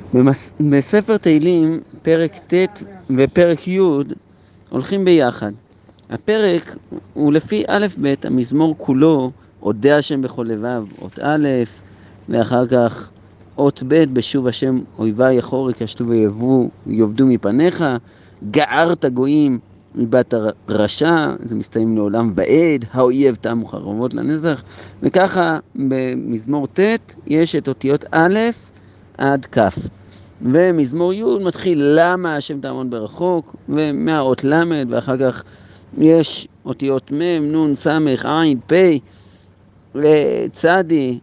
בספר תהילים, פרק ט' ופרק י' הולכים ביחד. הפרק הוא לפי א' ב', המזמור כולו, אודה השם בכל לבב, אות א', ואחר כך אות ב', בשוב השם אויבי יחורק ישתו ויאבדו מפניך, גערת גויים מבת הרשע, זה מסתיים לעולם ועד, האויב תמו חרבות לנצח, וככה במזמור ט' יש את אותיות א' עד כ'. ומזמור י' מתחיל למה השם תעמוד ברחוק, ומהאות למד, ואחר כך יש אותיות מ', נ', ס', עין, פ', צדי,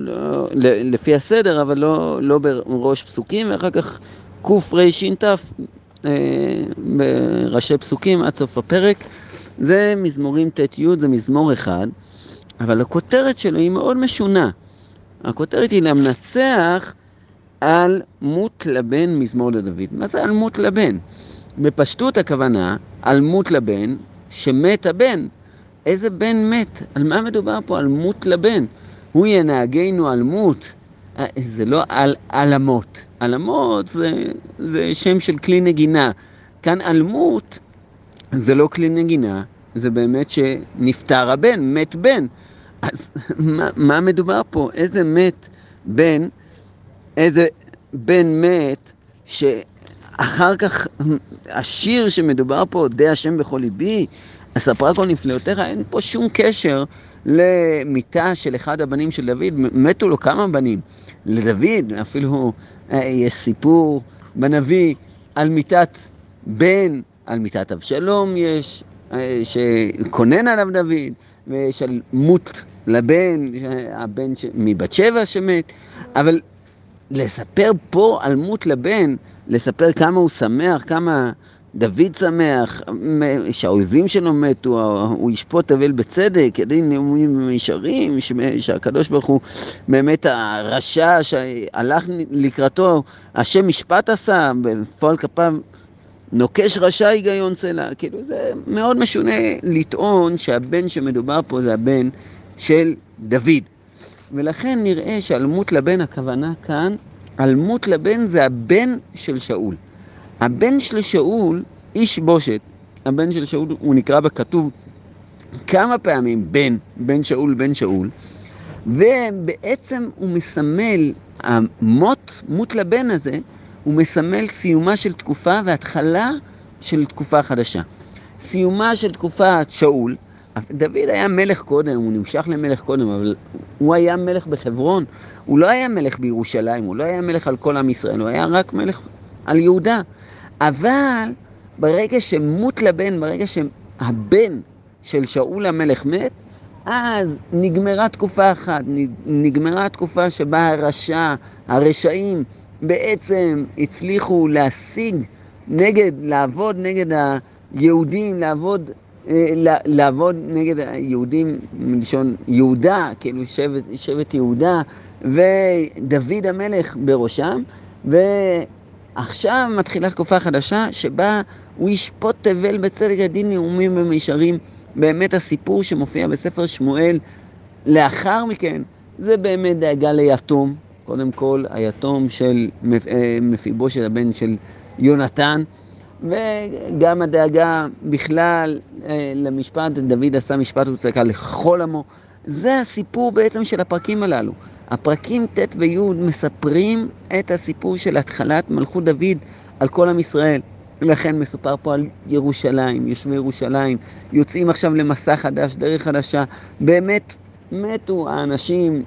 לפי הסדר, אבל לא בראש פסוקים, ואחר כך ק' ר' ש' ת' בראשי פסוקים עד סוף הפרק. זה מזמורים ט' י', זה מזמור אחד, אבל הכותרת שלו היא מאוד משונה. הכותרת היא למנצח על מות לבן מזמור לדוד. מה זה על מות לבן? בפשטות הכוונה על מות לבן שמת הבן. איזה בן מת? על מה מדובר פה? על מות לבן. הוא ינהגנו על מות. זה לא על המות. על המות זה שם של כלי נגינה. כאן על מות זה לא כלי נגינה, זה באמת שנפטר הבן, מת בן. אז מה מדובר פה? איזה מת בן? איזה בן מת שאחר כך השיר שמדובר פה, אודה השם בכל ליבי, אספרה כל נפלאותיך, אין פה שום קשר למיטה של אחד הבנים של דוד. מתו לו כמה בנים. לדוד אפילו יש סיפור בנביא על מיטת בן, על מיטת אבשלום יש, שקונן עליו דוד, ויש על מות לבן, הבן מבת שבע שמת. אבל לספר פה על מות לבן, לספר כמה הוא שמח, כמה דוד שמח, שהאויבים שלו מתו, הוא ישפוט אבל בצדק, ידי נאומים במישרים, שהקדוש ברוך הוא באמת הרשע שהלך לקראתו, השם משפט עשה, בפועל כפיו נוקש רשע היגיון צלע. כאילו זה מאוד משונה לטעון שהבן שמדובר פה זה הבן של דוד. ולכן נראה שעל מות לבן הכוונה כאן, על מות לבן זה הבן של שאול. הבן של שאול, איש בושת, הבן של שאול הוא נקרא בכתוב כמה פעמים בן שאול, בן שאול, ובעצם הוא מסמל, מות לבן הזה, הוא מסמל סיומה של תקופה והתחלה של תקופה חדשה. סיומה של תקופת שאול, דוד היה מלך קודם, הוא נמשך למלך קודם, אבל הוא היה מלך בחברון, הוא לא היה מלך בירושלים, הוא לא היה מלך על כל עם ישראל, הוא היה רק מלך על יהודה. אבל ברגע שמות לבן, ברגע שהבן של שאול המלך מת, אז נגמרה תקופה אחת, נגמרה תקופה שבה הרשעים בעצם הצליחו להשיג לעבוד נגד היהודים, לעבוד נגד היהודים מלשון יהודה, כאילו שבט יהודה, ודוד המלך בראשם, ועכשיו מתחילה תקופה חדשה שבה הוא ישפוט תבל בצדק הדין נאומים במישרים. באמת הסיפור שמופיע בספר שמואל לאחר מכן זה באמת דאגה ליתום, קודם כל היתום של מפיבושת הבן של יונתן, וגם הדאגה בכלל למשפט. דוד עשה משפט וצדקה לכל עמו. זה הסיפור בעצם של הפרקים הללו. הפרקים ט' וי' מספרים את הסיפור של התחלת מלכות דוד על כל עם ישראל. לכן מסופר פה על ירושלים, יושבי ירושלים, יוצאים עכשיו למסע חדש, דרך חדשה. באמת מתו האנשים,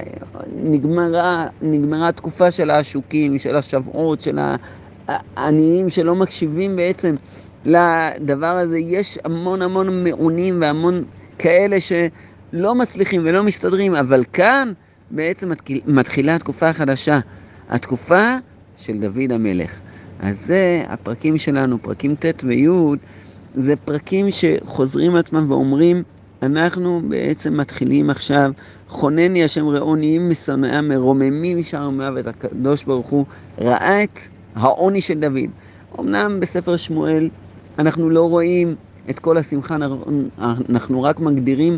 נגמרה תקופה של העשוקים, של השבועות, של העניים שלא מקשיבים בעצם לדבר הזה. יש המון מעונים והמון כאלה שלא מצליחים ולא מסתדרים, אבל כאן בעצם מתחילה התקופה החדשה, התקופה של דוד המלך. אז זה הפרקים שלנו, פרקים ט' וי', זה פרקים שחוזרים עצמם ואומרים, אנחנו בעצם מתחילים עכשיו, חונני השם ראוני משונאי מרוממים משער מוות. הקדוש ברוך הוא ראה את העוני של דוד. אמנם בספר שמואל אנחנו לא רואים את כל השמחה, אנחנו רק מגדירים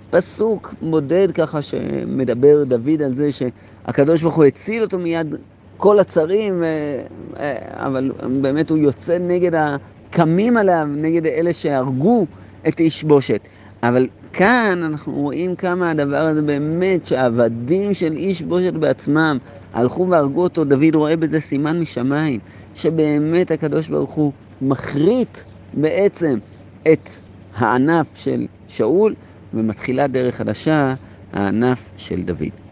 פסוק בודד ככה שמדבר דוד על זה שהקדוש ברוך הוא הציל אותו מיד כל הצרים, אבל באמת הוא יוצא נגד הקמים עליו, נגד אלה שהרגו את איש בושת. אבל כאן אנחנו רואים כמה הדבר הזה באמת, שהעבדים של איש בושת בעצמם הלכו והרגו אותו. דוד רואה בזה סימן משמיים, שבאמת הקדוש ברוך הוא מחריט בעצם את הענף של שאול, ומתחילה דרך חדשה, הענף של דוד.